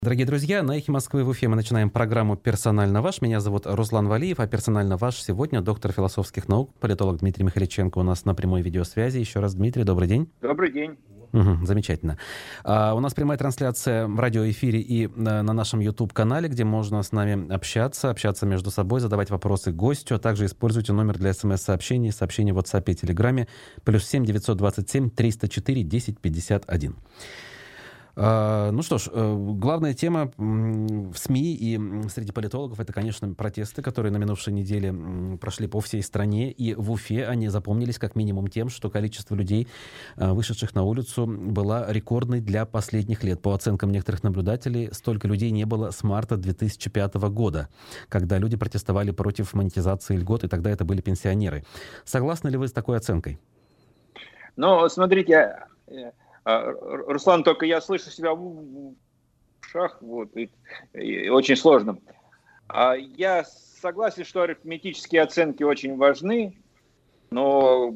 Дорогие друзья, на «Эхе Москвы» в Уфе мы начинаем программу «Персонально ваш». Меня зовут Руслан Валиев, а «Персонально ваш» сегодня доктор философских наук, политолог Дмитрий Михаличенко у нас на прямой видеосвязи. Еще раз, Дмитрий, добрый день. Добрый день. Замечательно. У нас прямая трансляция в радиоэфире и на нашем YouTube-канале, где можно с нами общаться между собой, задавать вопросы гостю, а также используйте номер для смс-сообщений, сообщений в WhatsApp и Telegram +7 927 304 1051. Ну что ж, главная тема в СМИ и среди политологов — это, конечно, протесты, которые на минувшей неделе прошли по всей стране. И в Уфе они запомнились как минимум тем, что количество людей, вышедших на улицу, было рекордной для последних лет. По оценкам некоторых наблюдателей, столько людей не было с марта 2005 года, когда люди протестовали против монетизации льгот, и тогда это были пенсионеры. Согласны ли вы с такой оценкой? Ну, смотрите... Руслан, только я слышу себя в ушах, и очень сложно. Я согласен, что арифметические оценки очень важны, но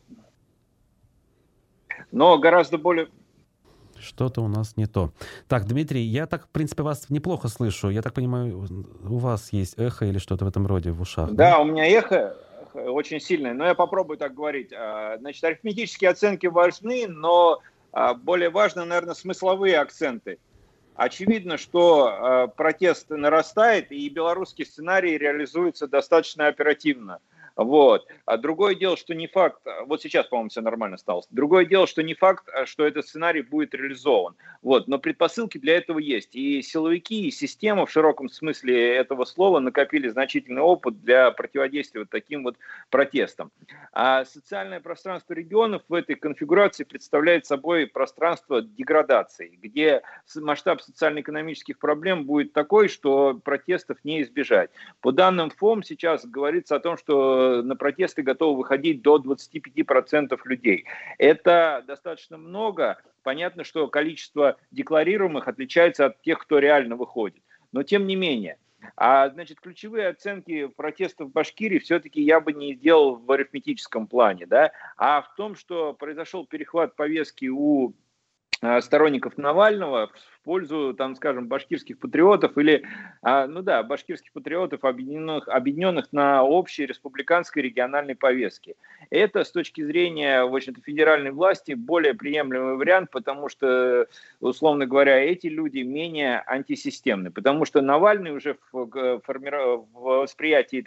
гораздо более... Что-то у нас не то. Так, Дмитрий, я так, в принципе, вас неплохо слышу. Я так понимаю, у вас есть эхо или что-то в этом роде в ушах? Да, у меня эхо очень сильное, но я попробую так говорить. Значит, арифметические оценки важны, но... более важны, наверное, смысловые акценты. Очевидно, что протест нарастает, и белорусский сценарий реализуется достаточно оперативно. А другое дело, что не факт, вот сейчас, по-моему, все нормально стало. Другое дело, что не факт, что этот сценарий будет реализован. Но предпосылки для этого есть. И силовики, и система в широком смысле этого слова накопили значительный опыт для противодействия таким протестам. А социальное пространство регионов в этой конфигурации представляет собой пространство деградации, где масштаб социально-экономических проблем будет такой, что протестов не избежать. По данным ФОМ сейчас говорится о том, что на протесты готовы выходить до 25% людей. Это достаточно много. Понятно, что количество декларируемых отличается от тех, кто реально выходит. Но тем не менее. Значит, ключевые оценки протестов в Башкирии все-таки я бы не делал в арифметическом плане, а в том, что произошел перехват повестки у сторонников Навального в пользу, скажем, башкирских патриотов или, башкирских патриотов, объединенных на общей республиканской региональной повестке. Это с точки зрения, в общем-то, федеральной власти более приемлемый вариант, потому что, условно говоря, эти люди менее антисистемны, потому что Навальный уже в восприятии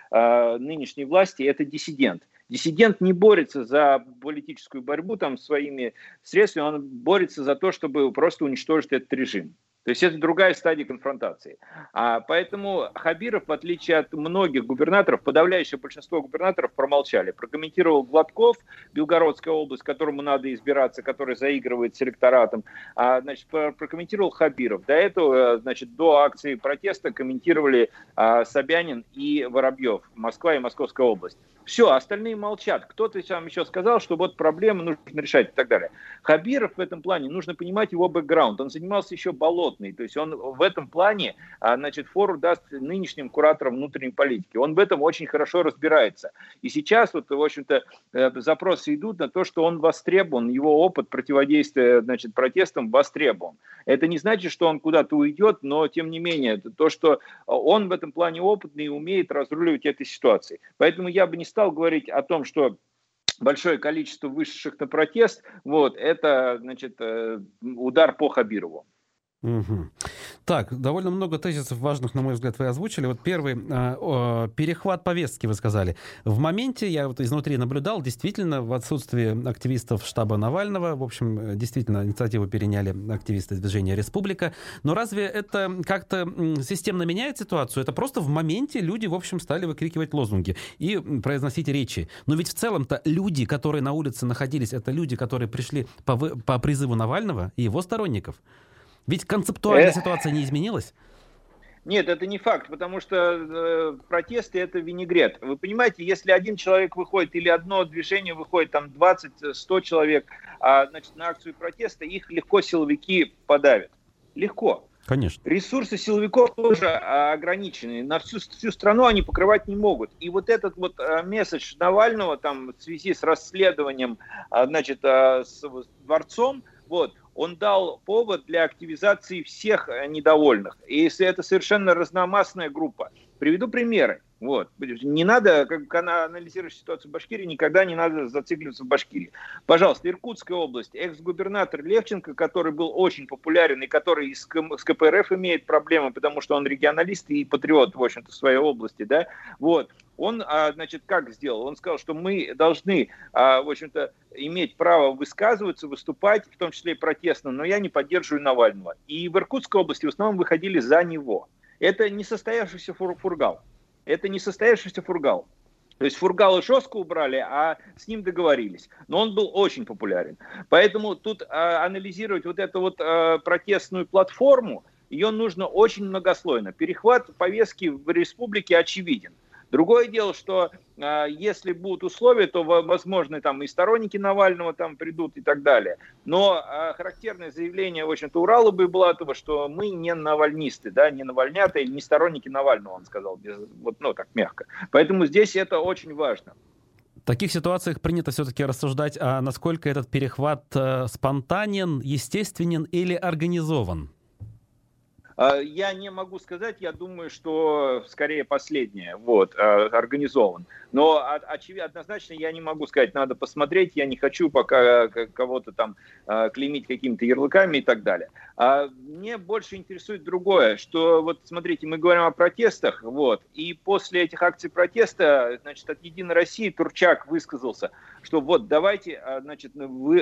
нынешней власти это диссидент. Диссидент не борется за политическую борьбу своими средствами, он борется за то, чтобы просто уничтожить этот режим. То есть это другая стадия конфронтации. Поэтому Хабиров, в отличие от многих губернаторов, подавляющее большинство губернаторов промолчали. Прокомментировал Гладков, Белгородская область, которому надо избираться, который заигрывает с электоратом. Прокомментировал Хабиров. До этого, до акции протеста комментировали Собянин и Воробьев, Москва и Московская область. Все, остальные молчат. Кто-то сам еще сказал, что проблемы нужно решать и так далее. Хабиров в этом плане, нужно понимать его бэкграунд. Он занимался еще Болотной. То есть он в этом плане, фору даст нынешним кураторам внутренней политики. Он в этом очень хорошо разбирается. И сейчас, в общем-то, запросы идут на то, что он востребован, его опыт противодействия, протестам востребован. Это не значит, что он куда-то уйдет, но, тем не менее, это то, что он в этом плане опытный и умеет разруливать этой ситуацией. Поэтому я бы не стал говорить о том, что большое количество вышедших на протест, это, удар по Хабирову. Угу. Так, довольно много тезисов важных, на мой взгляд, вы озвучили. Первый, перехват повестки, вы сказали. В моменте, я изнутри наблюдал, действительно, в отсутствии активистов штаба Навального, в общем, действительно, инициативу переняли активисты движения «Республика». Но разве это как-то системно меняет ситуацию? Это просто в моменте люди, в общем, стали выкрикивать лозунги и произносить речи. Но ведь в целом-то люди, которые на улице находились, это люди, которые пришли по призыву Навального и его сторонников. Ведь концептуальная ситуация не изменилась? Нет, это не факт, потому что протесты — это винегрет. Вы понимаете, если один человек выходит или одно движение выходит, 20-100 человек, на акцию протеста, их легко силовики подавят. Легко. Конечно. Ресурсы силовиков тоже ограничены. На всю страну они покрывать не могут. И этот месседж Навального в связи с расследованием, с Дворцом, он дал повод для активизации всех недовольных. И это совершенно разномастная группа. Приведу примеры. Вот. Не надо, когда анализируешь ситуацию в Башкирии, никогда не надо зацикливаться в Башкирии. Пожалуйста, Иркутская область. Экс-губернатор Левченко, который был очень популярен и который с КПРФ имеет проблемы, потому что он регионалист и патриот, в общем-то, в своей области, да, вот. Он, значит, как сделал? Он сказал, что мы должны, в общем-то, иметь право высказываться, выступать, в том числе и протестно, но я не поддерживаю Навального. И в Иркутской области в основном выходили за него. Это не состоявшийся фургал. Это не состоявшийся фургал. То есть фургала жестко убрали, а с ним договорились. Но он был очень популярен. Поэтому тут анализировать вот эту вот протестную платформу, ее нужно очень многослойно. Перехват повестки в республике очевиден. Другое дело, что если будут условия, то, возможно, там и сторонники Навального там придут и так далее. Но характерное заявление, в общем-то, Урала Байбулатова, что мы не навальнисты, да, не навальнята или не сторонники Навального, он сказал, вот, ну, так мягко. Поэтому здесь это очень важно. В таких ситуациях принято все-таки рассуждать, а насколько этот перехват спонтанен, естественен или организован? Я не могу сказать, я думаю, что скорее последнее, вот, организован. Но однозначно я не могу сказать, надо посмотреть, я не хочу пока кого-то там клеймить какими-то ярлыками и так далее. Мне больше интересует другое, что вот смотрите, мы говорим о протестах, вот, и после этих акций протеста, значит, от «Единой России» Турчак высказался, что вот давайте, значит,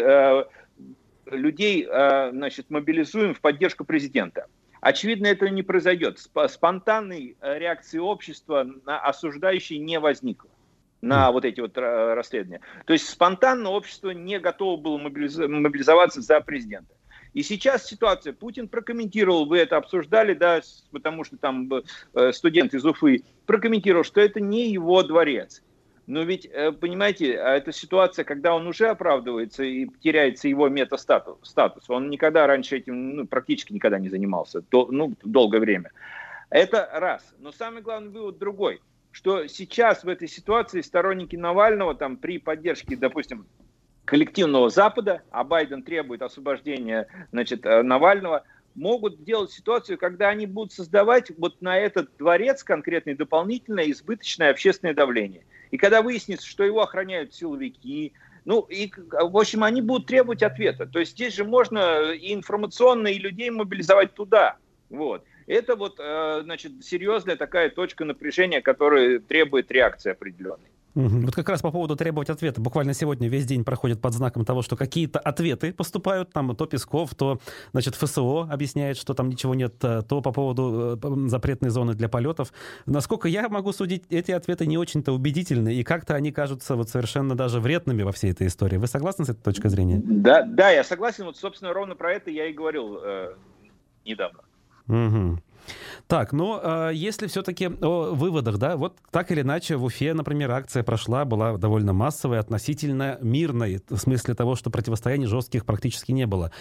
людей, значит, мобилизуем в поддержку президента. Очевидно, этого не произойдет. Спонтанной реакции общества на осуждающие не возникло на вот эти вот расследования. То есть спонтанно общество не готово было мобилизоваться за президента. И сейчас ситуация, Путин прокомментировал, вы это обсуждали, да, потому что там студент из Уфы прокомментировал, что это не его дворец. Но ведь, понимаете, это ситуация, когда он уже оправдывается и теряется его метастатус. Он никогда раньше этим, практически никогда не занимался, долгое время. Это раз. Но самый главный вывод другой, что сейчас в этой ситуации сторонники Навального там, при поддержке, допустим, коллективного Запада, а Байден требует освобождения, значит, Навального, могут делать ситуацию, когда они будут создавать вот на этот дворец конкретное дополнительное избыточное общественное давление. И когда выяснится, что его охраняют силовики, в общем, они будут требовать ответа. То есть здесь же можно и информационно, и людей мобилизовать туда. Вот. Это вот, значит, серьезная такая точка напряжения, которая требует реакции определенной. Вот как раз по поводу требовать ответа. Буквально сегодня весь день проходит под знаком того, что какие-то ответы поступают. Там то Песков, то, значит, ФСО объясняет, что там ничего нет, то по поводу запретной зоны для полетов. Насколько я могу судить, эти ответы не очень-то убедительны, и как-то они кажутся вот совершенно даже вредными во всей этой истории. Вы согласны с этой точкой зрения? Да, я согласен. Вот, собственно, ровно про это я и говорил недавно. Угу. Так, если все-таки о выводах, да, вот так или иначе в Уфе, например, акция прошла, была довольно массовой, относительно мирной, в смысле того, что противостояний жестких практически не было.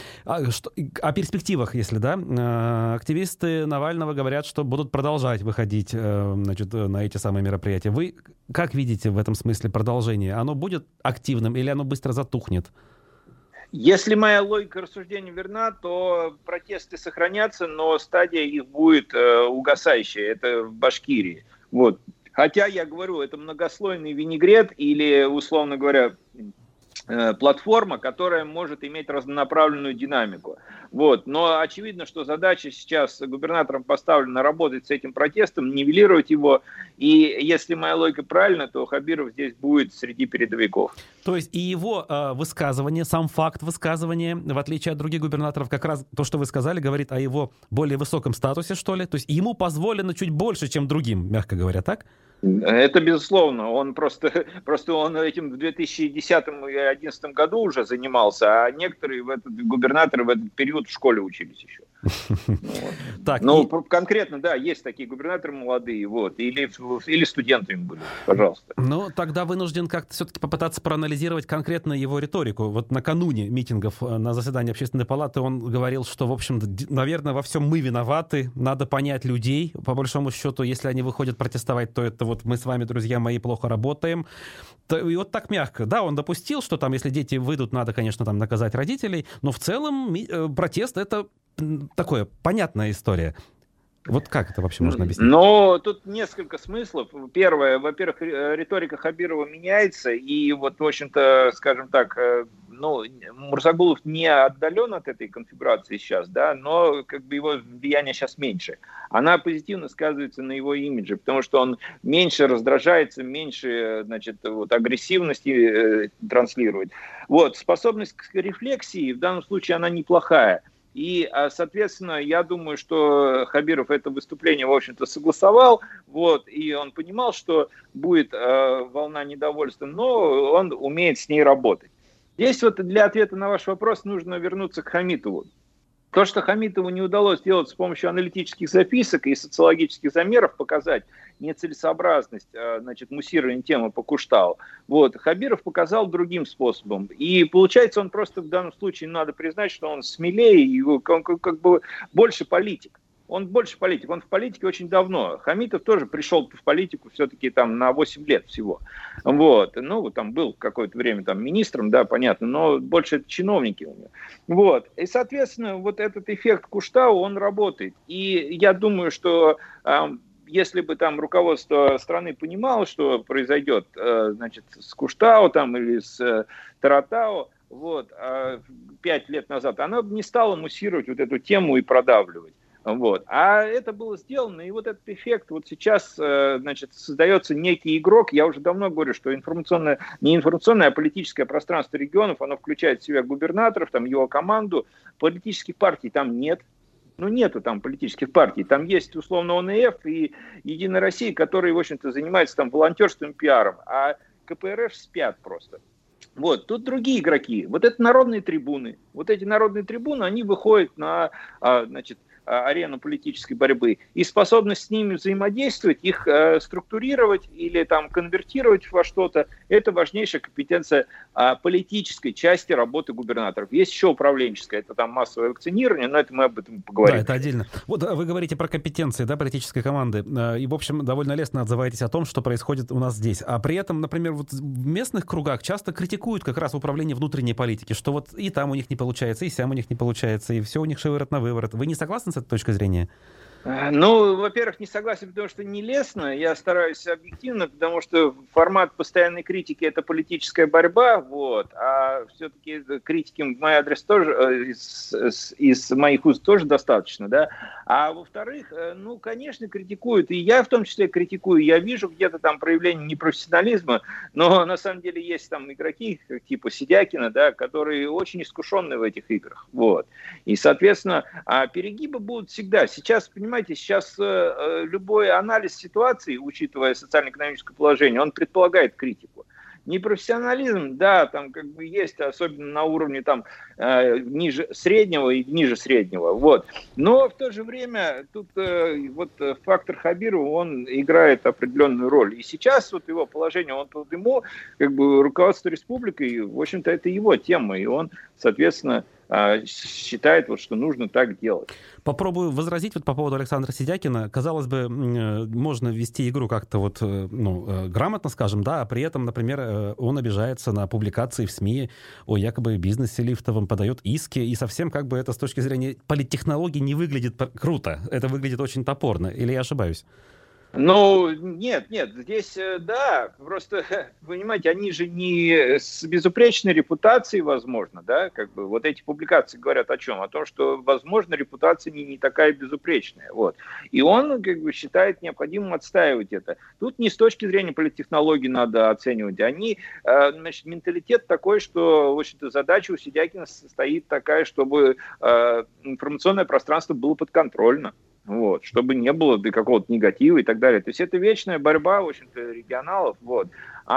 О перспективах, если, да, активисты Навального говорят, что будут продолжать выходить, значит, на эти самые мероприятия. Вы как видите в этом смысле продолжение? Оно будет активным или оно быстро затухнет? Если моя логика рассуждения верна, то протесты сохранятся, но стадия их будет угасающая. Это в Башкирии. Вот. Хотя, я говорю, это многослойный винегрет или, условно говоря, платформа, которая может иметь разнонаправленную динамику. Вот. Но очевидно, что задача сейчас губернатором поставлена работать с этим протестом, нивелировать его. И если моя логика правильна, то Хабиров здесь будет среди передовиков. То есть и его высказывание, сам факт высказывания, в отличие от других губернаторов, как раз то, что вы сказали, говорит о его более высоком статусе, что ли? То есть ему позволено чуть больше, чем другим, мягко говоря, так? Это безусловно. Он просто он этим в 2010 и 2011 году уже занимался, а некоторые губернаторы в этот период в школе учились еще. Так, ну, конкретно, да, есть такие губернаторы молодые, вот, или студентами были, пожалуйста. Ну, тогда вынужден как-то все-таки попытаться проанализировать конкретно его риторику. Вот накануне митингов на заседании Общественной палаты он говорил, что, в общем, наверное, во всем мы виноваты, надо понять людей. По большому счету, если они выходят протестовать, то это вот мы с вами, друзья мои, плохо работаем. И вот так мягко. Да, он допустил, что там, если дети выйдут, надо, конечно, там наказать родителей, но в целом протест — это такое понятная история. Вот как это вообще можно объяснить? Но тут несколько смыслов. Первое, во-первых, риторика Хабирова меняется, и вот, в общем-то, скажем так, ну, Мурзагулов не отдален от этой конфигурации сейчас, да, но как бы его влияние сейчас меньше. Она позитивно сказывается на его имидже, потому что он меньше раздражается, меньше, значит, вот, агрессивности транслирует. Вот, способность к рефлексии в данном случае она неплохая. И, соответственно, я думаю, что Хабиров это выступление, в общем-то, согласовал, вот, и он понимал, что будет волна недовольства, но он умеет с ней работать. Здесь вот для ответа на ваш вопрос нужно вернуться к Хамитову. То, что Хамитову не удалось сделать с помощью аналитических записок и социологических замеров, показать нецелесообразность, значит, муссирования темы по Куштау, вот, Хабиров показал другим способом. И получается, он просто в данном случае, надо признать, что он смелее, и он как бы больше политик. Он больше политик, он в политике очень давно. Хамитов тоже пришел в политику все-таки там на 8 лет всего. Вот. Ну, там был какое-то время там министром, да, понятно, но больше это чиновники у него. Вот. И, соответственно, вот этот эффект Куштау, он работает. И я думаю, что если бы там руководство страны понимало, что произойдет, значит, с Куштау там или с Таратау, вот, 5 лет назад, оно бы не стало муссировать вот эту тему и продавливать. Вот. А это было сделано, и вот этот эффект вот сейчас, значит, создается некий игрок. Я уже давно говорю, что информационное, не информационное, а политическое пространство регионов, оно включает в себя губернаторов, там его команду, политических партий там нет. Ну, нету там политических партий. Там есть, условно, ОНФ и Единая Россия, которые, в общем-то, занимаются там волонтерством, пиаром, а КПРФ спят просто. Вот, тут другие игроки. Вот это народные трибуны. Вот эти народные трибуны, они выходят на, значит, арену политической борьбы, и способность с ними взаимодействовать, их структурировать или там конвертировать во что-то, это важнейшая компетенция политической части работы губернаторов. Есть еще управленческая, это там массовое вакцинирование, но это мы об этом поговорим. Да, это отдельно. Вот вы говорите про компетенции, да, политической команды, и, в общем, довольно лестно отзываетесь о том, что происходит у нас здесь. А при этом, например, вот в местных кругах часто критикуют как раз управление внутренней политики, что вот и там у них не получается, и сям у них не получается, и все у них шиворот на выворот. Вы не согласны с этой точкой зрения? Ну, во-первых, не согласен, потому что не лестно. Я стараюсь объективно, потому что формат постоянной критики — это политическая борьба, вот. А все-таки критики в мой адрес тоже, из моих уст тоже достаточно, да. А во-вторых, ну, конечно, критикуют. И я в том числе критикую. Я вижу где-то там проявление непрофессионализма, но на самом деле есть там игроки, типа Сидякина, да, которые очень искушенные в этих играх, вот. И, соответственно, перегибы будут всегда. Сейчас, понимаете, сейчас любой анализ ситуации, учитывая социально-экономическое положение, он предполагает критику. Непрофессионализм, да, там как бы есть, особенно на уровне там ниже среднего и ниже среднего, вот. Но в то же время тут вот фактор Хабирова, он играет определенную роль. И сейчас вот его положение, он под ему, как бы руководство республикой, в общем-то, это его тема, и он, соответственно, считает, вот, что нужно так делать. Попробую возразить вот по поводу Александра Сидякина. Казалось бы, можно вести игру как-то вот, ну, грамотно, скажем, да, а при этом, например, он обижается на публикации в СМИ о якобы бизнесе лифтовом, подает иски, и совсем как бы это с точки зрения политтехнологий не выглядит круто. Это выглядит очень топорно. Или я ошибаюсь? Ну, нет, здесь, да, просто, понимаете, они же не с безупречной репутацией, возможно, да, как бы, вот эти публикации говорят о чем? О том, что, возможно, репутация не такая безупречная, вот. И он, как бы, считает необходимым отстаивать это. Тут не с точки зрения политтехнологий надо оценивать, они, значит, менталитет такой, что, в общем-то, задача у Сидякина состоит такая, чтобы информационное пространство было подконтрольно. Вот, чтобы не было какого-то негатива и так далее. То есть это вечная борьба, в общем-то, регионалов. Вот. А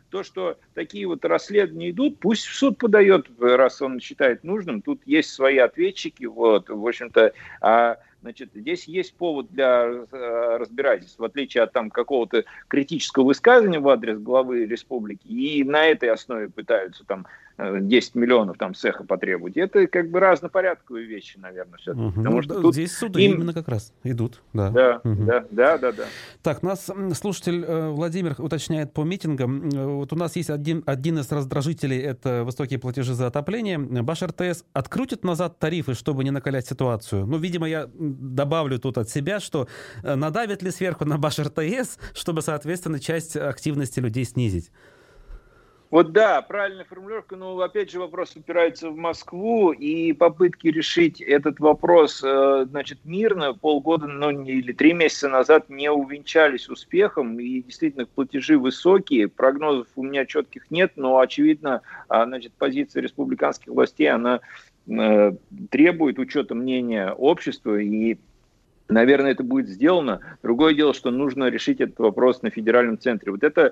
то, что такие вот расследования идут, пусть в суд подает, раз он считает нужным. Тут есть свои ответчики, вот, в общем-то, значит, здесь есть повод для разбирательств, в отличие от там какого-то критического высказывания в адрес главы республики, и на этой основе пытаются там 10 миллионов там с эхо потребовать. Это как бы разнопорядковые вещи, наверное, все-таки. Потому что тут здесь суды именно как раз идут. Да. Да. Так, нас слушатель Владимир уточняет по митингам. Вот у нас есть один из раздражителей, это высокие платежи за отопление. Ваш РТС открутит назад тарифы, чтобы не накалять ситуацию? Ну, видимо, я добавлю тут от себя, что надавит ли сверху на ваш РТС, чтобы, соответственно, часть активности людей снизить? Вот да, правильная формулировка, но опять же вопрос упирается в Москву, и попытки решить этот вопрос, значит, мирно полгода, ну или 3 месяца назад не увенчались успехом, и действительно платежи высокие, прогнозов у меня четких нет, но очевидно, значит, позиция республиканских властей, она требует учета мнения общества, и наверное, это будет сделано. Другое дело, что нужно решить этот вопрос на федеральном центре. Вот это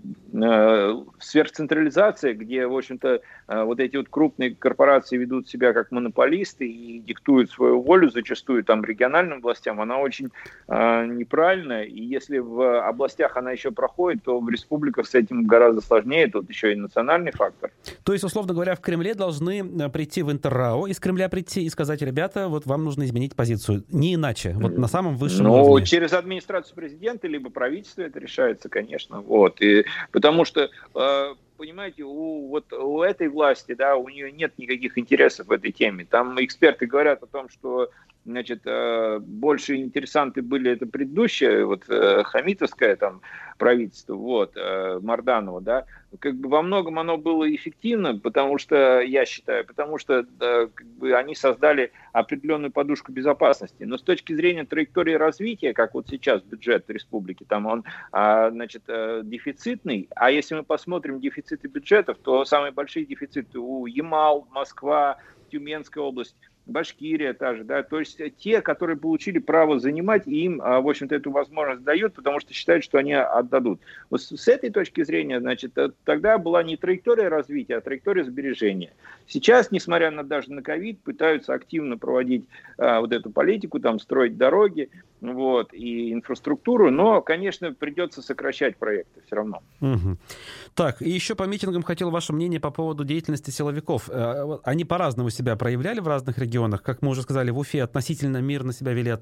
сверхцентрализация, где, в общем-то, вот эти вот крупные корпорации ведут себя как монополисты и диктуют свою волю зачастую там региональным властям, она очень неправильная. И если в областях она еще проходит, то в республиках с этим гораздо сложнее. Тут еще и национальный фактор. То есть, условно говоря, в Кремле должны прийти в Интеррао, из Кремля прийти и сказать: ребята, вот вам нужно изменить позицию. Не иначе. Вот на самом высшем уровне. Через администрацию президента, либо правительство это решается, конечно. Вот. Потому что, понимаете, у этой власти, да, у нее нет никаких интересов в этой теме. Там эксперты говорят о том, что, значит, больше интересанты были это предыдущее, вот, хамитовское там правительство, вот, Марданова, да, как бы во многом оно было эффективно, потому что, я считаю, потому что как бы они создали определенную подушку безопасности. Но с точки зрения траектории развития, как вот сейчас бюджет республики, там он, значит, дефицитный, а если мы посмотрим дефициты бюджетов, то самые большие дефициты у Ямал, Москва, Тюменская область, Башкирия та же, да, то есть те, которые получили право занимать, им, в общем-то, эту возможность дают, потому что считают, что они отдадут. Вот с этой точки зрения, значит, тогда была не траектория развития, а траектория сбережения. Сейчас, несмотря даже на ковид, пытаются активно проводить вот эту политику, там, строить дороги, вот, и инфраструктуру, но, конечно, придется сокращать проекты все равно. Угу. Так, и еще по митингам хотел ваше мнение по поводу деятельности силовиков. Они по-разному себя проявляли в разных регионах. Как мы уже сказали, в Уфе относительно мирно себя вели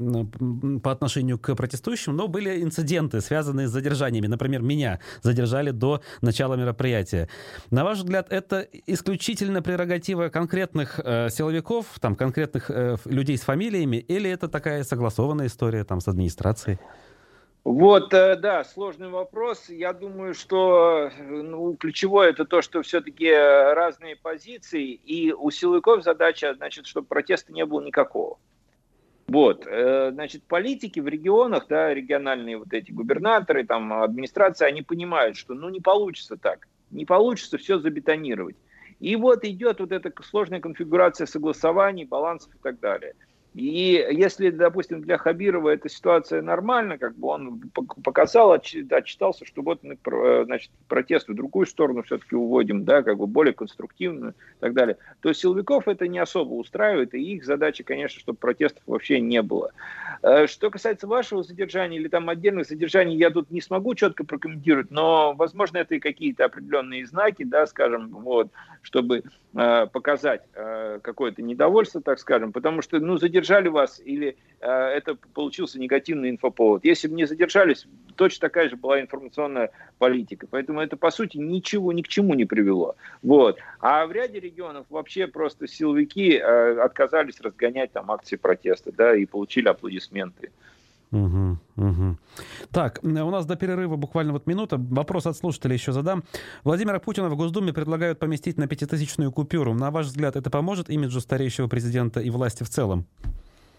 по отношению к протестующим, но были инциденты, связанные с задержаниями. Например, меня задержали до начала мероприятия. На ваш взгляд, это исключительно прерогатива конкретных силовиков, там, конкретных людей с фамилиями, или это такая согласованная история там, с администрацией? Вот, да, сложный вопрос. Я думаю, что ключевое это то, что все-таки разные позиции, и у силовиков задача, значит, чтобы протеста не было никакого. Вот, значит, политики в регионах, да, региональные вот эти губернаторы, там, администрация, они понимают, что, не получится так, не получится все забетонировать. И вот идет вот эта сложная конфигурация согласований, балансов и так далее. И если, допустим, для Хабирова эта ситуация нормальна, как бы он показал, отчитался, что вот мы, значит, протест в другую сторону все-таки уводим, да, как бы более конструктивную и так далее, то силовиков это не особо устраивает, и их задача, конечно, чтобы протестов вообще не было. Что касается вашего задержания или там отдельных задержаний, я тут не смогу четко прокомментировать, но, возможно, это и какие-то определенные знаки, да, скажем, вот, чтобы показать какое-то недовольство, так скажем, потому что, задержали вас или это получился негативный инфоповод. Если бы не задержались, точно такая же была информационная политика. Поэтому это, по сути, ничего ни к чему не привело. Вот. А в ряде регионов вообще просто силовики отказались разгонять там акции протеста, да, и получили аплодисменты. Угу. Так, у нас до перерыва буквально вот минута. Вопрос от слушателя еще задам. Владимира Путина в Госдуме предлагают поместить на 5000-ю купюру. На ваш взгляд, это поможет имиджу стареющего президента и власти в целом?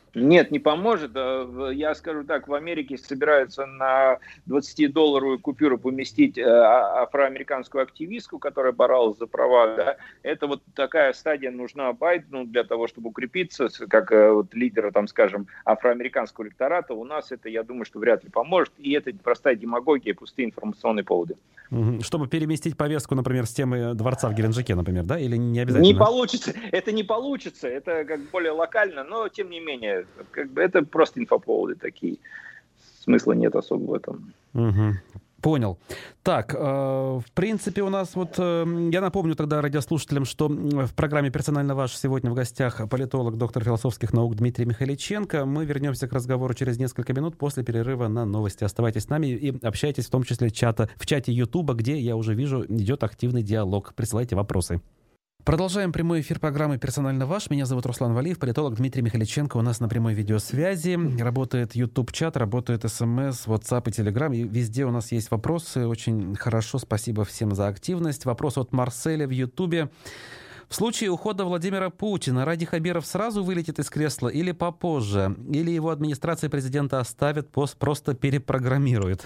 Нет, не поможет. Я скажу так, в Америке собираются на 20-долларовую купюру поместить афроамериканскую активистку, которая боролась за права. Да? Это вот такая стадия нужна Байдену для того, чтобы укрепиться, как вот лидера, там, скажем, афроамериканского электората. У нас это, я думаю, что вряд ли поможет. И это простая демагогия, пустые информационные поводы. Чтобы переместить повестку, например, с темы дворца в Геленджике, например, да? Или не обязательно? Не получится. Это не получится. Это как более локально, но тем не менее, как бы это просто инфоповоды такие. Смысла нет особо в этом. Угу. Понял. Так, в принципе, у нас вот, я напомню тогда радиослушателям, что в программе «Персонально ваш» сегодня в гостях политолог, доктор философских наук Дмитрий Михайличенко. Мы вернемся к разговору через несколько минут после перерыва на новости. Оставайтесь с нами и общайтесь в том числе в чате Ютуба, где, я уже вижу, идет активный диалог. Присылайте вопросы. Продолжаем прямой эфир программы «Персонально ваш». Меня зовут Руслан Валиев, политолог Дмитрий Михайличенко. У нас на прямой видеосвязи. Работает YouTube-чат, работает СМС, WhatsApp и Telegram. И везде у нас есть вопросы. Очень хорошо, спасибо всем за активность. Вопрос от Марселя в Ютубе. В случае ухода Владимира Путина Ради Хабиров сразу вылетит из кресла или попозже? Или его администрация президента оставит, просто перепрограммирует?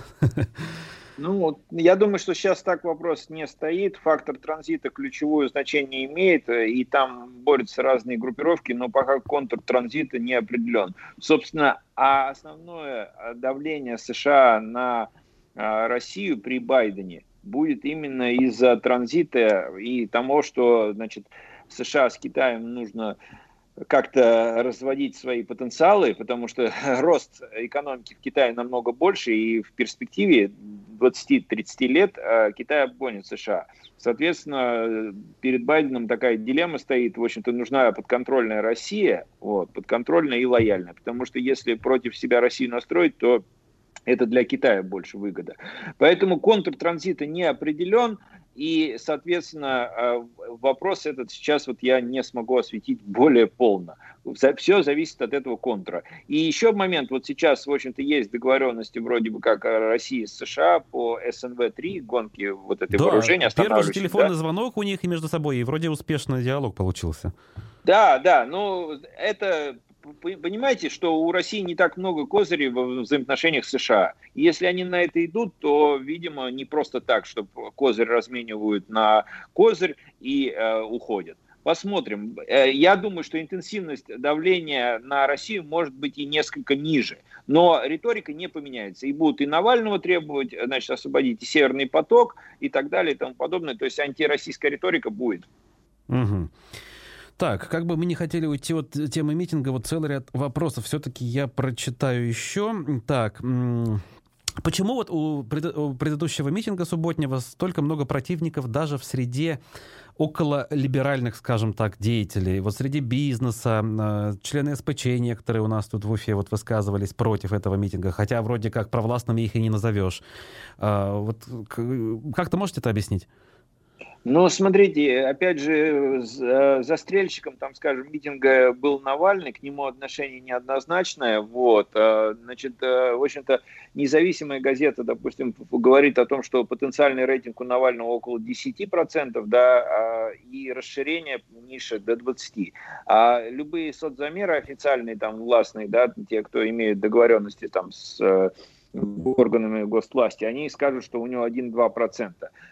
Ну, я думаю, что сейчас так вопрос не стоит. Фактор транзита ключевое значение имеет, и там борются разные группировки, но пока контур транзита не определен. Собственно, а основное давление США на Россию при Байдене будет именно из-за транзита и того, что, значит, США с Китаем нужно как-то разводить свои потенциалы, потому что рост экономики в Китае намного больше, и в перспективе 20-30 лет Китай обгонит США. Соответственно, перед Байденом такая дилемма стоит, в общем-то, нужна подконтрольная Россия, подконтрольная и лояльная, потому что если против себя Россию настроить, то это для Китая больше выгода. Поэтому контур транзита не определен. И, соответственно, вопрос этот сейчас вот я не смогу осветить более полно. Все зависит от этого контура. И еще момент, вот сейчас, в общем-то, есть договоренности вроде бы как России с США по СНВ-3, гонки вот этой вооружения. Первый же телефонный звонок у них и между собой, и вроде успешный диалог получился. Да, ну это... Понимаете, что у России не так много козырей в взаимоотношениях с США. И если они на это идут, то, видимо, не просто так, что козырь разменивают на козырь и уходят. Посмотрим. Я думаю, что интенсивность давления на Россию может быть и несколько ниже. Но риторика не поменяется. И будут и Навального требовать, значит, освободить и Северный поток и так далее и тому подобное. То есть антироссийская риторика будет. Угу. Так, как бы мы не хотели уйти от темы митинга, вот целый ряд вопросов все-таки я прочитаю еще. Так, почему вот у предыдущего митинга субботнего столько много противников даже в среде около либеральных, скажем так, деятелей? Вот среди бизнеса, члены СПЧ некоторые у нас тут в Уфе вот высказывались против этого митинга, хотя вроде как провластными их и не назовешь. Вот как-то можете это объяснить? Ну, смотрите, опять же, застрельщиком, там, скажем, митинга был Навальный, к нему отношение неоднозначное, значит, в общем-то, независимая газета, допустим, говорит о том, что потенциальный рейтинг у Навального около 10%, да, и расширение ниже до 20%. А любые соцзамеры официальные, там, властные, да, те, кто имеет договоренности, там, с органами госвласти, они скажут, что у него 1-2%.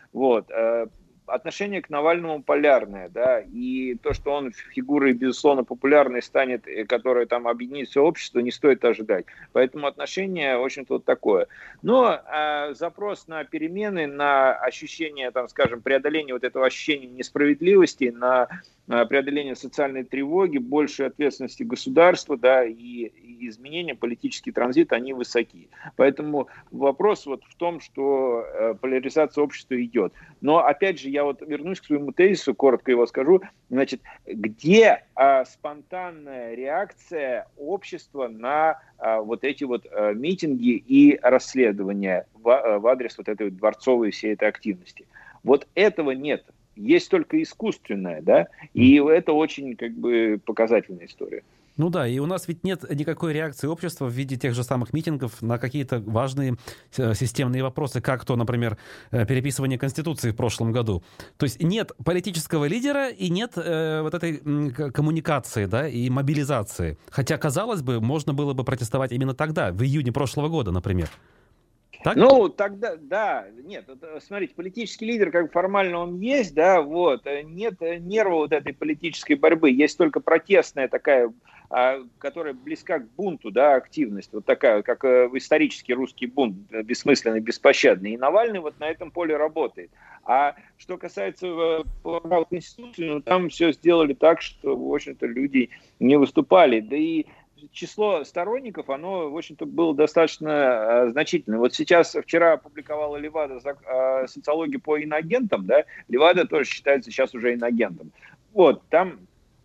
Отношение к Навальному полярное, да, и то, что он фигурой, безусловно, популярной станет, которая там объединит все общество, не стоит ожидать. Поэтому отношение, в общем-то, вот такое. Но запрос на перемены, на ощущение, там, скажем, преодоления вот этого ощущения несправедливости, на преодоление социальной тревоги, большей ответственности государства, да, и изменения, политический транзит, они высоки. Поэтому вопрос вот в том, что поляризация общества идет. Но, опять же, я вот вернусь к своему тезису, коротко его скажу. Значит, где спонтанная реакция общества на вот эти вот митинги и расследования в адрес вот этой дворцовой всей этой активности? Вот этого нет. Есть только искусственное, да, и это очень, как бы, показательная история. Ну да, и у нас ведь нет никакой реакции общества в виде тех же самых митингов на какие-то важные системные вопросы, как то, например, переписывание Конституции в прошлом году. То есть нет политического лидера и нет вот этой коммуникации, да, и мобилизации. Хотя, казалось бы, можно было бы протестовать именно тогда, в июне прошлого года, например. Так? Ну, тогда, да, нет, смотрите, политический лидер, как формально он есть, да, вот, нет нерва вот этой политической борьбы, есть только протестная такая, которая близка к бунту, да, активность, вот такая, как исторический русский бунт, бессмысленный, беспощадный, и Навальный вот на этом поле работает. А что касается прав Конституции, ну, там все сделали так, что, в общем-то, люди не выступали, да и число сторонников, оно, в общем-то, было достаточно значительное. Вот сейчас, вчера опубликовала Левада социологию по иноагентам, да, Левада тоже считается сейчас уже иноагентом. Вот, там,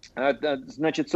значит,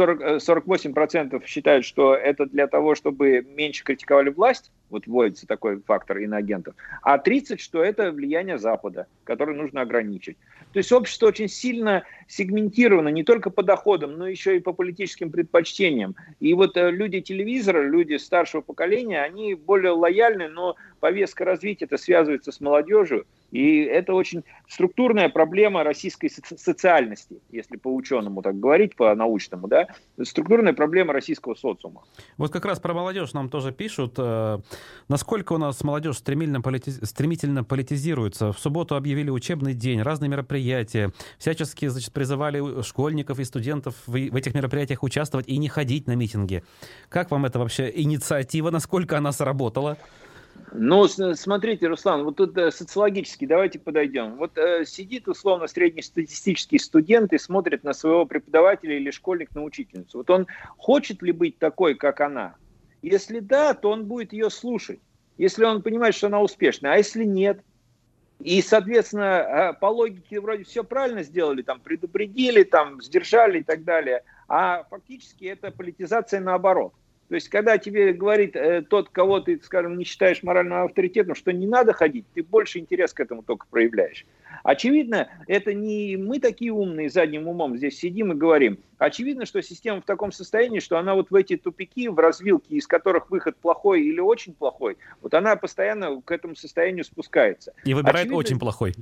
48% считают, что это для того, чтобы меньше критиковали власть, вот вводится такой фактор иноагентов, а 30%, что это влияние Запада, которое нужно ограничить. То есть общество очень сильно сегментировано не только по доходам, но еще и по политическим предпочтениям. И вот люди телевизора, люди старшего поколения, они более лояльны, но повестка развития это связывается с молодежью. И это очень структурная проблема российской социальности, если по-ученому так говорить, по-научному, да, структурная проблема российского социума. Вот как раз про молодежь нам тоже пишут. Насколько у нас молодежь стремительно политизируется. В субботу объявили учебный день, разные мероприятия. Всячески, значит, призывали школьников и студентов в этих мероприятиях участвовать и не ходить на митинги. Как вам эта вообще инициатива? Насколько она сработала? Ну, смотрите, Руслан, вот тут социологически давайте подойдем. Вот сидит условно среднестатистический студент и смотрит на своего преподавателя или школьник на учительницу. Вот он хочет ли быть такой, как она? Если да, то он будет ее слушать. Если он понимает, что она успешна, а если нет? И, соответственно, по логике вроде все правильно сделали, там предупредили, там сдержали и так далее. А фактически это политизация наоборот. То есть, когда тебе говорит тот, кого ты, скажем, не считаешь моральным авторитетом, что не надо ходить, ты больше интерес к этому только проявляешь. Очевидно, это не мы такие умные задним умом здесь сидим и говорим. Очевидно, что система в таком состоянии, что она вот в эти тупики, в развилки, из которых выход плохой или очень плохой, вот она постоянно к этому состоянию спускается. И выбирает очень плохой.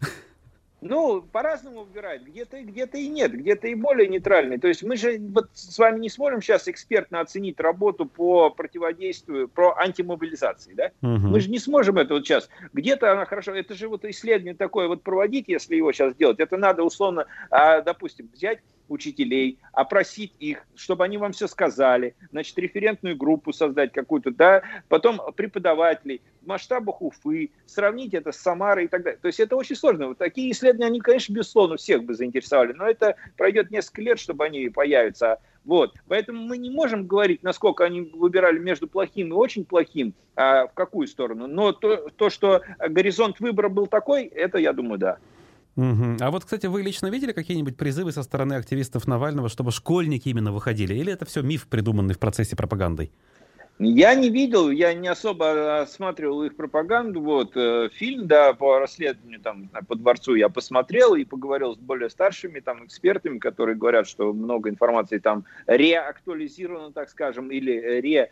Ну, по-разному выбирает. Где-то и нет, где-то и более нейтральный. То есть мы же вот с вами не сможем сейчас экспертно оценить работу по противодействию, про антимобилизации, да? Мы же не сможем это вот сейчас. Где-то она хорошо, это же вот исследование такое вот проводить, если его сейчас делать, это надо условно, допустим, взять учителей, опросить их, чтобы они вам все сказали, значит, референтную группу создать какую-то, да, потом преподавателей в масштабах Уфы, сравнить это с Самарой и так далее. То есть это очень сложно. Вот такие исследования, они, конечно, безусловно, всех бы заинтересовали, но это пройдет несколько лет, чтобы они появятся. Вот. Поэтому мы не можем говорить, насколько они выбирали между плохим и очень плохим, в какую сторону. Но то, что горизонт выбора был такой, это, я думаю, да. Угу. А вот, кстати, вы лично видели какие-нибудь призывы со стороны активистов Навального, чтобы школьники именно выходили? Или это все миф, придуманный в процессе пропагандой? Я не видел, я не особо осматривал их пропаганду. Вот, фильм, да, по расследованию там, по дворцу я посмотрел и поговорил с более старшими там, экспертами, которые говорят, что много информации там реактуализировано, так скажем, или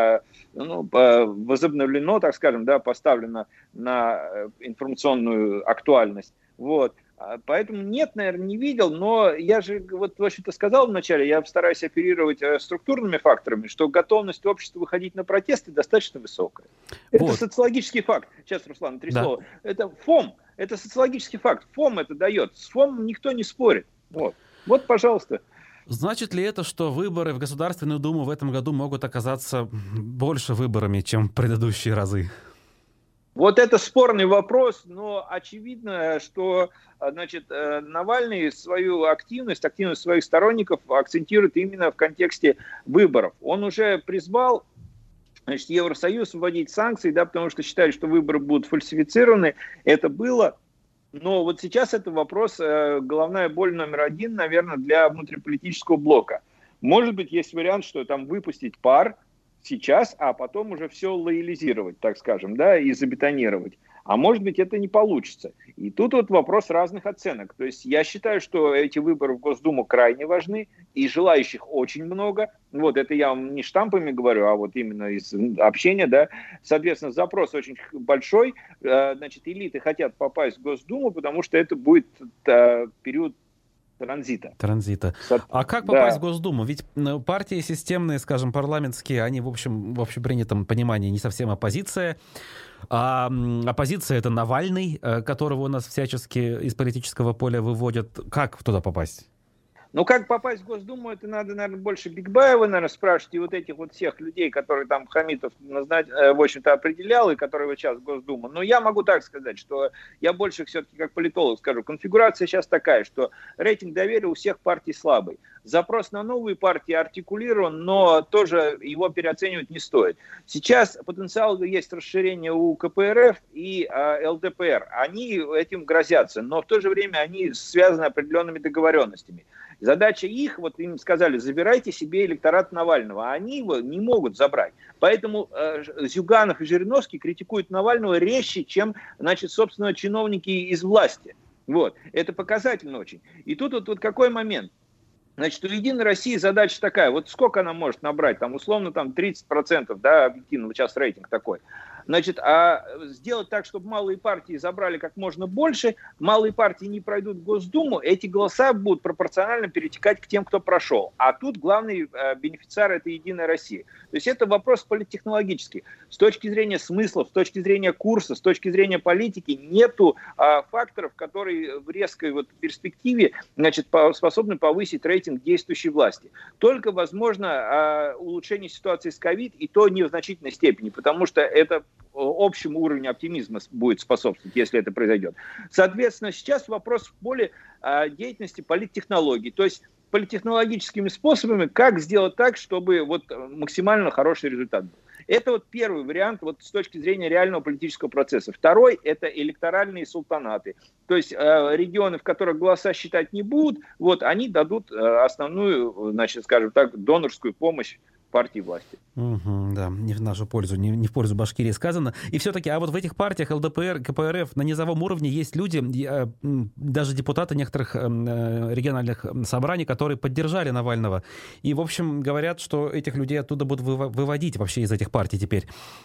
возобновлено, так скажем, да, поставлено на информационную актуальность. Вот. Поэтому нет, наверное, не видел, но я же, вот, в общем-то, сказал вначале, я стараюсь оперировать структурными факторами, что готовность общества выходить на протесты достаточно высокая. Это вот социологический факт. Сейчас, Руслан, три слова. Это ФОМ, это социологический факт. ФОМ это дает. С ФОМом никто не спорит. Вот, пожалуйста. Значит ли это, что выборы в Государственную Думу в этом году могут оказаться больше выборами, чем в предыдущие разы? Вот это спорный вопрос, но очевидно, что, значит, Навальный свою активность своих сторонников акцентирует именно в контексте выборов. Он уже призвал, значит, Евросоюз вводить санкции, да, потому что считали, что выборы будут фальсифицированы. Это было. Но вот сейчас это вопрос, головная боль номер один, наверное, для внутриполитического блока. Может быть, есть вариант, что там выпустить пар сейчас, а потом уже все лоялизировать, так скажем, да, и забетонировать. а может быть это не получится. И тут вот вопрос разных оценок. То есть я считаю, что эти выборы в Госдуму крайне важны, и желающих очень много. Вот это я вам не штампами говорю, а вот именно из общения, да. Соответственно, запрос очень большой. Значит, элиты хотят попасть в Госдуму, потому что это будет период транзита. А как попасть в Госдуму? Ведь партии системные, скажем, парламентские, они в общепринятом понимании не совсем оппозиция. А оппозиция — это Навальный, которого у нас всячески из политического поля выводят. Как туда попасть? Ну, как попасть в Госдуму, это надо, наверное, больше Бигбаева, наверное, спрашивать, и вот этих вот всех людей, которые там Хамитов, в общем-то, определял, и которые вот сейчас в Госдуму. Но я могу так сказать, что я больше все-таки как политолог скажу, конфигурация сейчас такая, что рейтинг доверия у всех партий слабый. Запрос на новые партии артикулирован, но тоже его переоценивать не стоит. Сейчас потенциал есть расширение у КПРФ и ЛДПР. Они этим грозятся, но в то же время они связаны определенными договоренностями. Задача их, вот им сказали, забирайте себе электорат Навального, а они его не могут забрать. Поэтому Зюганов и Жириновский критикуют Навального резче, чем, значит, собственно, чиновники из власти. Вот. Это показательно очень. И тут вот какой момент? Значит, у «Единой России» задача такая, вот сколько она может набрать, там, условно, там, 30%, да, объективно, вот сейчас рейтинг такой. Значит, а сделать так, чтобы малые партии забрали как можно больше, малые партии не пройдут в Госдуму, эти голоса будут пропорционально перетекать к тем, кто прошел. А тут главный бенефициар — это «Единая Россия». То есть это вопрос политтехнологический. С точки зрения смыслов, с точки зрения курса, с точки зрения политики нету факторов, которые в резкой вот перспективе, значит, способны повысить рейтинг действующей власти. Только, возможно, улучшение ситуации с ковид, и то не в значительной степени, потому что это общему уровню оптимизма будет способствовать, если это произойдет. Соответственно, сейчас вопрос в поле деятельности политтехнологий, то есть политтехнологическими способами, как сделать так, чтобы вот максимально хороший результат был. Это вот первый вариант вот с точки зрения реального политического процесса. Второй — это электоральные султанаты. То есть регионы, в которых голоса считать не будут, вот они дадут основную, значит, скажем так, донорскую помощь партии власти. Да, не в нашу пользу, не в пользу Башкирии сказано. И все-таки, а вот в этих партиях ЛДПР, КПРФ на низовом уровне есть люди, даже депутаты некоторых региональных собраний, которые поддержали Навального. И, в общем, говорят, что этих людей оттуда будут выводить вообще из этих партий теперь.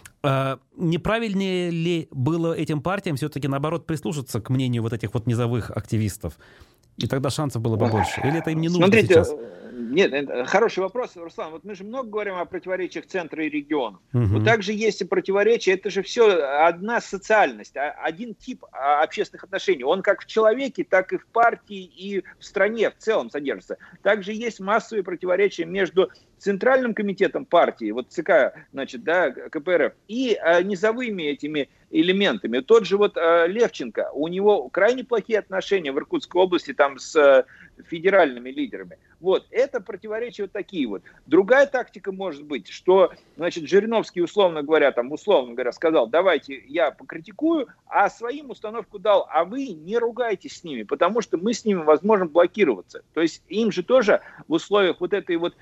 Неправильнее ли было этим партиям все-таки, наоборот, прислушаться к мнению вот этих вот низовых активистов? И тогда шансов было бы больше. Или это им не нужно сейчас? Нет, хороший вопрос, Руслан. Вот мы же много говорим о противоречиях центра и регионов. Угу. Вот также есть и противоречия. Это же все одна социальность, один тип общественных отношений. Он как в человеке, так и в партии, и в стране в целом содержится. Также есть массовые противоречия между Центральным комитетом партии, вот ЦК, значит, да, КПРФ, и низовыми этими элементами. Тот же вот Левченко, у него крайне плохие отношения в Иркутской области там с федеральными лидерами. Вот, это противоречия вот такие вот. Другая тактика может быть, что, значит, Жириновский, условно говоря, сказал, давайте я покритикую, а своим установку дал, а вы не ругайтесь с ними, потому что мы с ними возможно блокироваться. То есть им же тоже в условиях вот этой вот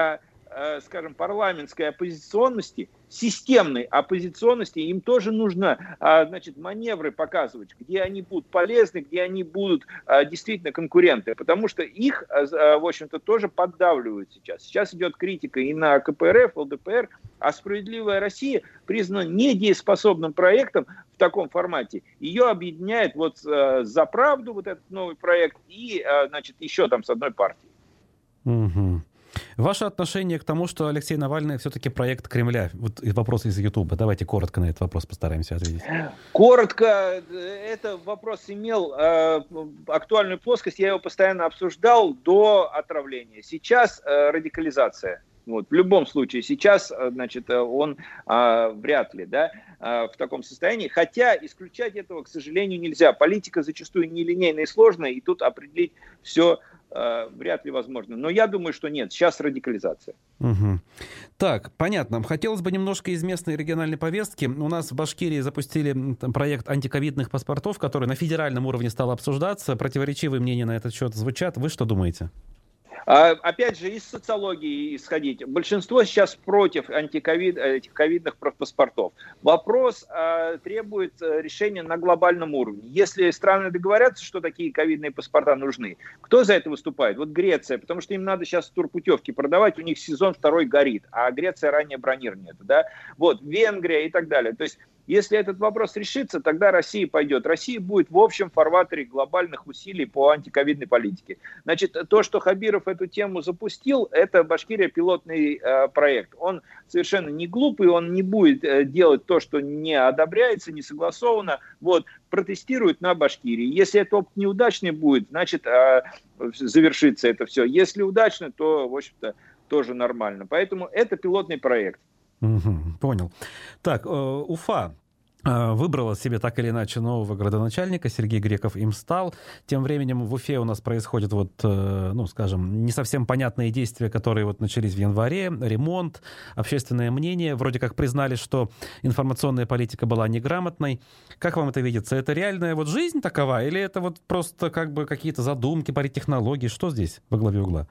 скажем, парламентской оппозиционности, системной оппозиционности, им тоже нужно, значит, маневры показывать, где они будут полезны, где они будут действительно конкуренты, потому что их, в общем-то, тоже поддавливают сейчас. Сейчас идет критика и на КПРФ, ЛДПР, а «Справедливая Россия» признана недееспособным проектом в таком формате. Ее объединяет вот «За правду», вот этот новый проект, и, значит, еще там с одной партией. Угу. Ваше отношение к тому, что Алексей Навальный все-таки проект Кремля? Вот вопрос из Ютуба. Давайте коротко на этот вопрос постараемся ответить. Коротко. Этот вопрос имел актуальную плоскость. Я его постоянно обсуждал до отравления. Сейчас радикализация. Вот, в любом случае, сейчас, значит, он вряд ли, да, в таком состоянии. Хотя исключать этого, к сожалению, нельзя. Политика зачастую нелинейная и сложная, и тут определить все вряд ли возможно. Но я думаю, что нет. Сейчас радикализация. Угу. Так, понятно. Хотелось бы немножко из местной региональной повестки. У нас в Башкирии запустили проект антиковидных паспортов, который на федеральном уровне стал обсуждаться. Противоречивые мнения на этот счет звучат. Вы что думаете? Опять же, из социологии исходить. Большинство сейчас против этих ковидных паспортов. Вопрос требует решения на глобальном уровне. Если страны договорятся, что такие ковидные паспорта нужны, кто за это выступает? Вот Греция, потому что им надо сейчас турпутевки продавать, у них сезон второй горит, а Греция ранее бронирование. Да? Вот, Венгрия и так далее. То есть, если этот вопрос решится, тогда Россия пойдет. Россия будет в общем фарватере глобальных усилий по антиковидной политике. Значит, то, что Хабиров эту тему запустил, это Башкирия пилотный проект. Он совершенно не глупый, он не будет делать то, что не одобряется, не согласовано. Вот, протестирует на Башкирии. Если этот опыт неудачный будет, значит, завершится это все. Если удачно, то, в общем-то, тоже нормально. Поэтому это пилотный проект. Понял. Так, Уфа выбрала себе так или иначе нового градоначальника, Сергей Греков им стал. Тем временем в Уфе у нас происходят ну, скажем, не совсем понятные действия, которые вот начались в январе, ремонт, общественное мнение, вроде как признали, что информационная политика была неграмотной. Как вам это видится? Это реальная вот жизнь такова или это вот просто как бы какие-то задумки, политтехнологии? Что здесь во главе угла?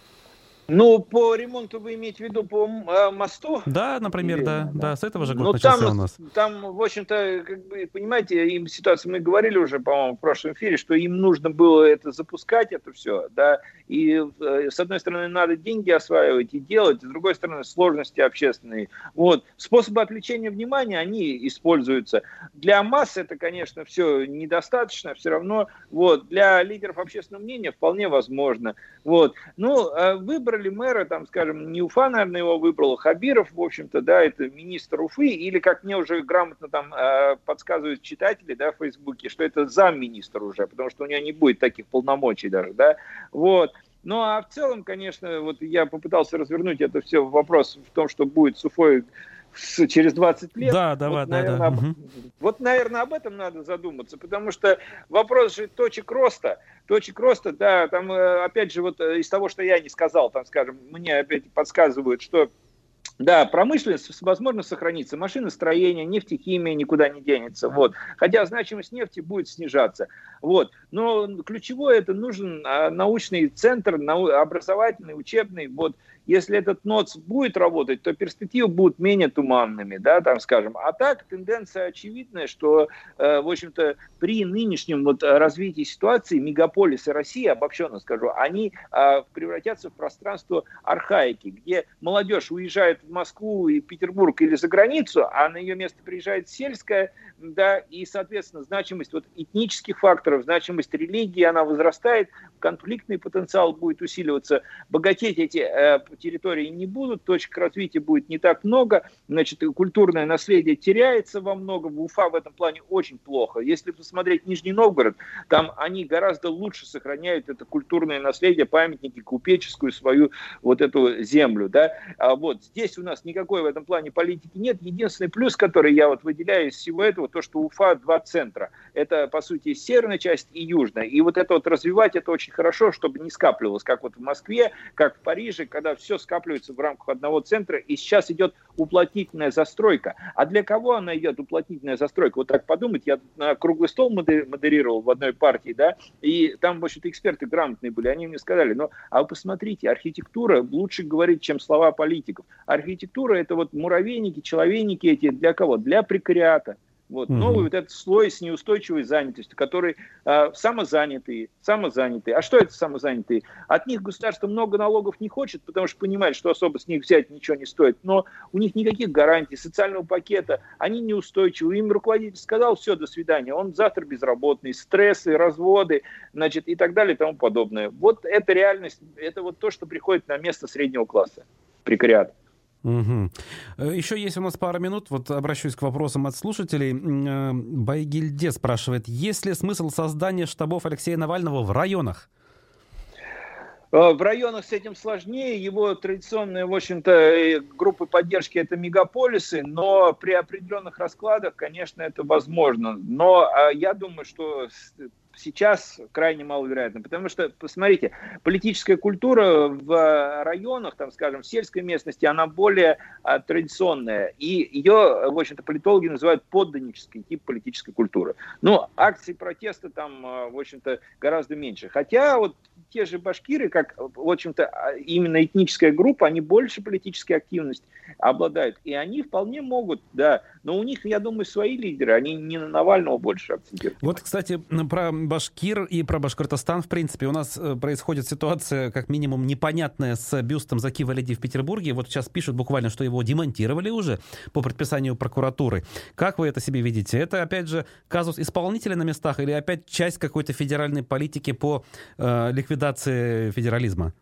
Ну, по ремонту вы имеете в виду по мосту? Да, например, Или, да, с этого же год ну, начался у нас. Там, в общем-то, как бы, понимаете, им ситуация, мы говорили уже, по-моему, в прошлом эфире, что им нужно было это запускать, это все, да, и с одной стороны надо деньги осваивать и делать, с другой стороны сложности общественные. Вот. Способы отвлечения внимания, они используются. Для масс это, конечно, все недостаточно, все равно, вот, для лидеров общественного мнения вполне возможно. Вот. Ну, выбрали мэра, там, скажем, не Уфа, наверное, его выбрал, Хабиров, в общем-то, да, это министр Уфы, или, как мне уже грамотно там подсказывают читатели, да, в Фейсбуке, что это замминистр уже, потому что у него не будет таких полномочий даже, да, вот. Ну, а в целом, конечно, вот я попытался развернуть это все в вопрос в том, что будет с Уфой через 20 лет. Да, вот, да. Вот, наверное, об этом надо задуматься, потому что вопрос же точек роста, да, там, опять же, вот из того, что я не сказал, там, скажем, мне опять подсказывают, что да, промышленность, возможно, сохранится, машиностроение, нефтехимия никуда не денется, вот. Хотя значимость нефти будет снижаться, вот. Но ключевое это нужен научный центр, образовательный, учебный, вот. Если этот НОЦ будет работать, то перспективы будут менее туманными, да, там, скажем. А так, тенденция очевидная, что, в общем-то, при нынешнем вот развитии ситуации мегаполисы России, обобщенно скажу, они превратятся в пространство архаики, где молодежь уезжает в Москву и Петербург или за границу, а на ее место приезжает сельская, да, и, соответственно, значимость вот этнических факторов, значимость религии, она возрастает, конфликтный потенциал будет усиливаться, богатеть эти территории не будут, точек развития будет не так много, значит, культурное наследие теряется во многом, Уфа в этом плане очень плохо. Если посмотреть Нижний Новгород, там они гораздо лучше сохраняют это культурное наследие, памятники, купеческую свою вот эту землю, да. А вот здесь у нас никакой в этом плане политики нет. Единственный плюс, который я вот выделяю из всего этого, то, что Уфа два центра. Это, по сути, северная часть и южная. И вот это вот развивать, это очень хорошо, чтобы не скапливалось, как вот в Москве, как в Париже, когда все скапливается в рамках одного центра, и сейчас идет уплотнительная застройка. А для кого она идет, уплотнительная застройка? Вот так подумать, я на круглый стол модерировал в одной партии, да, и там, в общем-то, эксперты грамотные были, они мне сказали, ну, а вы посмотрите, архитектура лучше говорит, чем слова политиков. Архитектура — это вот муравейники, человейники эти для кого? Для прекариата. Вот, новый вот этот слой с неустойчивой занятостью, который самозанятые. А что это самозанятые? От них государство много налогов не хочет, потому что понимает, что особо с них взять ничего не стоит. Но у них никаких гарантий, социального пакета, они неустойчивы. Им руководитель сказал, все, до свидания, он завтра безработный, стрессы, разводы, значит, и так далее и тому подобное. Вот это реальность, это вот то, что приходит на место среднего класса, прекариат. Угу. Еще есть у нас пара минут. Вот обращусь к вопросам от слушателей. Байгильде спрашивает, есть ли смысл создания штабов Алексея Навального в районах? В районах с этим сложнее. Его традиционные, в общем-то, группы поддержки — это мегаполисы, но при определенных раскладах, конечно, это возможно. Но я думаю, что сейчас крайне маловероятно, потому что, посмотрите, политическая культура в районах, там, скажем, в сельской местности, она более традиционная, и ее, в общем-то, политологи называют подданнический тип политической культуры. Но акций протеста там, в общем-то, гораздо меньше. Хотя вот те же башкиры, как, в общем-то, именно этническая группа, они больше политической активности обладают, и они вполне могут, да, но у них, я думаю, свои лидеры, они не на Навального больше акцентируют. Вот, кстати, про Башкир и про Башкортостан, в принципе, у нас происходит ситуация, как минимум, непонятная с бюстом Заки Валиди в Петербурге. Вот сейчас пишут буквально, что его демонтировали уже по предписанию прокуратуры. Как вы это себе видите? Это, опять же, казус исполнителя на местах или опять часть какой-то федеральной политики по ликвидации федерализма?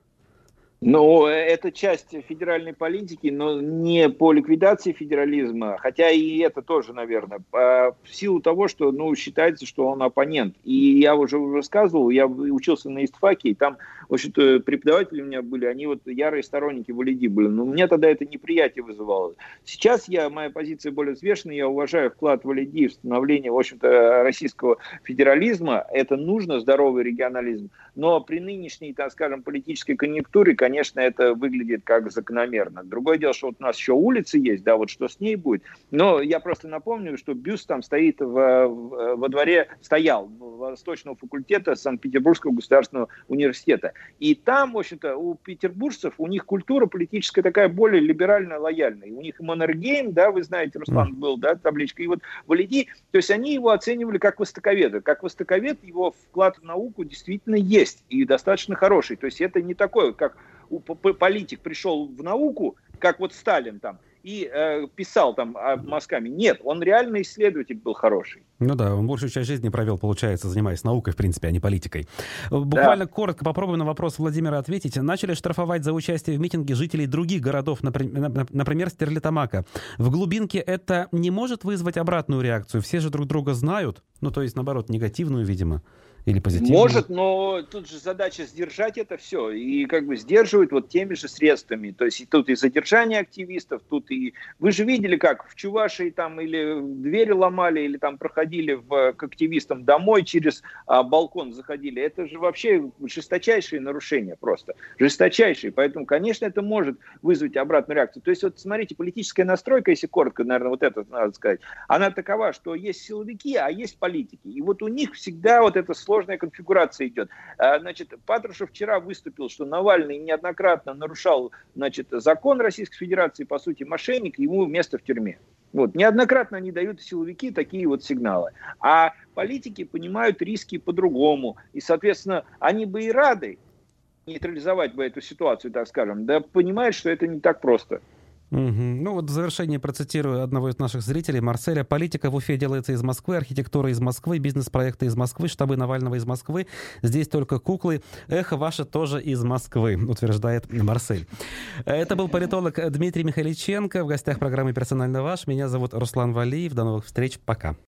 Ну, это часть федеральной политики, но не по ликвидации федерализма, хотя и это тоже, наверное, в силу того, что, ну, считается, что он оппонент. И я уже рассказывал, я учился на истфаке, и там, в общем-то, преподаватели у меня были, они вот ярые сторонники Валиди были, но мне тогда это неприятие вызывало. Сейчас моя позиция более взвешенная, я уважаю вклад Валиди в становление, в общем-то, российского федерализма, это нужно, здоровый регионализм, но при нынешней, так скажем, политической конъюнктуре, конечно, это выглядит как закономерно. Другое дело, что вот у нас еще улицы есть, да, вот что с ней будет. Но я просто напомню, что бюст там стоит во дворе, стоял Восточного факультета Санкт-Петербургского государственного университета. И там, в общем-то, у петербуржцев, у них культура политическая такая более либеральная, лояльная. У них и Маннергейм, да, вы знаете, Руслан был, да, табличка, и вот Валиди, то есть они его оценивали как востоковеда. Как востоковед его вклад в науку действительно есть, и достаточно хороший. То есть это не такое, как политик пришел в науку, как вот Сталин там, и писал там мазками. Нет, он реально исследователь был хороший. Ну да, он большую часть жизни провел, получается, занимаясь наукой, в принципе, а не политикой. Буквально коротко попробуем на вопрос Владимира ответить. Начали штрафовать за участие в митинге жителей других городов, например, Стерлитамака. В глубинке это не может вызвать обратную реакцию? Все же друг друга знают. Ну, то есть, наоборот, негативную, видимо. Или позитивную? Может, но тут же задача сдержать это все. И как бы сдерживают вот теми же средствами. То есть и тут и задержание активистов, тут и... Вы же видели, как в Чувашии там или двери ломали, или там проходили к активистам домой через балкон заходили. Это же вообще жесточайшие нарушения просто. Жесточайшие. Поэтому, конечно, это может вызвать обратную реакцию. То есть вот смотрите, политическая настройка, если коротко, наверное, вот это надо сказать, она такова, что есть силовики, а есть политики. И вот у них всегда вот это сложная конфигурация идет. Значит, Патрушев вчера выступил, что Навальный неоднократно нарушал, значит, закон Российской Федерации, по сути, мошенник, ему место в тюрьме. Вот. Неоднократно они дают, силовики, такие вот сигналы. А политики понимают риски по-другому. И, соответственно, они бы и рады нейтрализовать бы эту ситуацию, так скажем, да понимают, что это не так просто. Ну вот в завершение процитирую одного из наших зрителей, Марселя. Политика в Уфе делается из Москвы, архитектура из Москвы, бизнес-проекты из Москвы, штабы Навального из Москвы. Здесь только куклы. Эхо ваше тоже из Москвы, утверждает Марсель. Это был политолог Дмитрий Михайличенко. В гостях программы «Персонально ваш». Меня зовут Руслан Валиев. До новых встреч. Пока.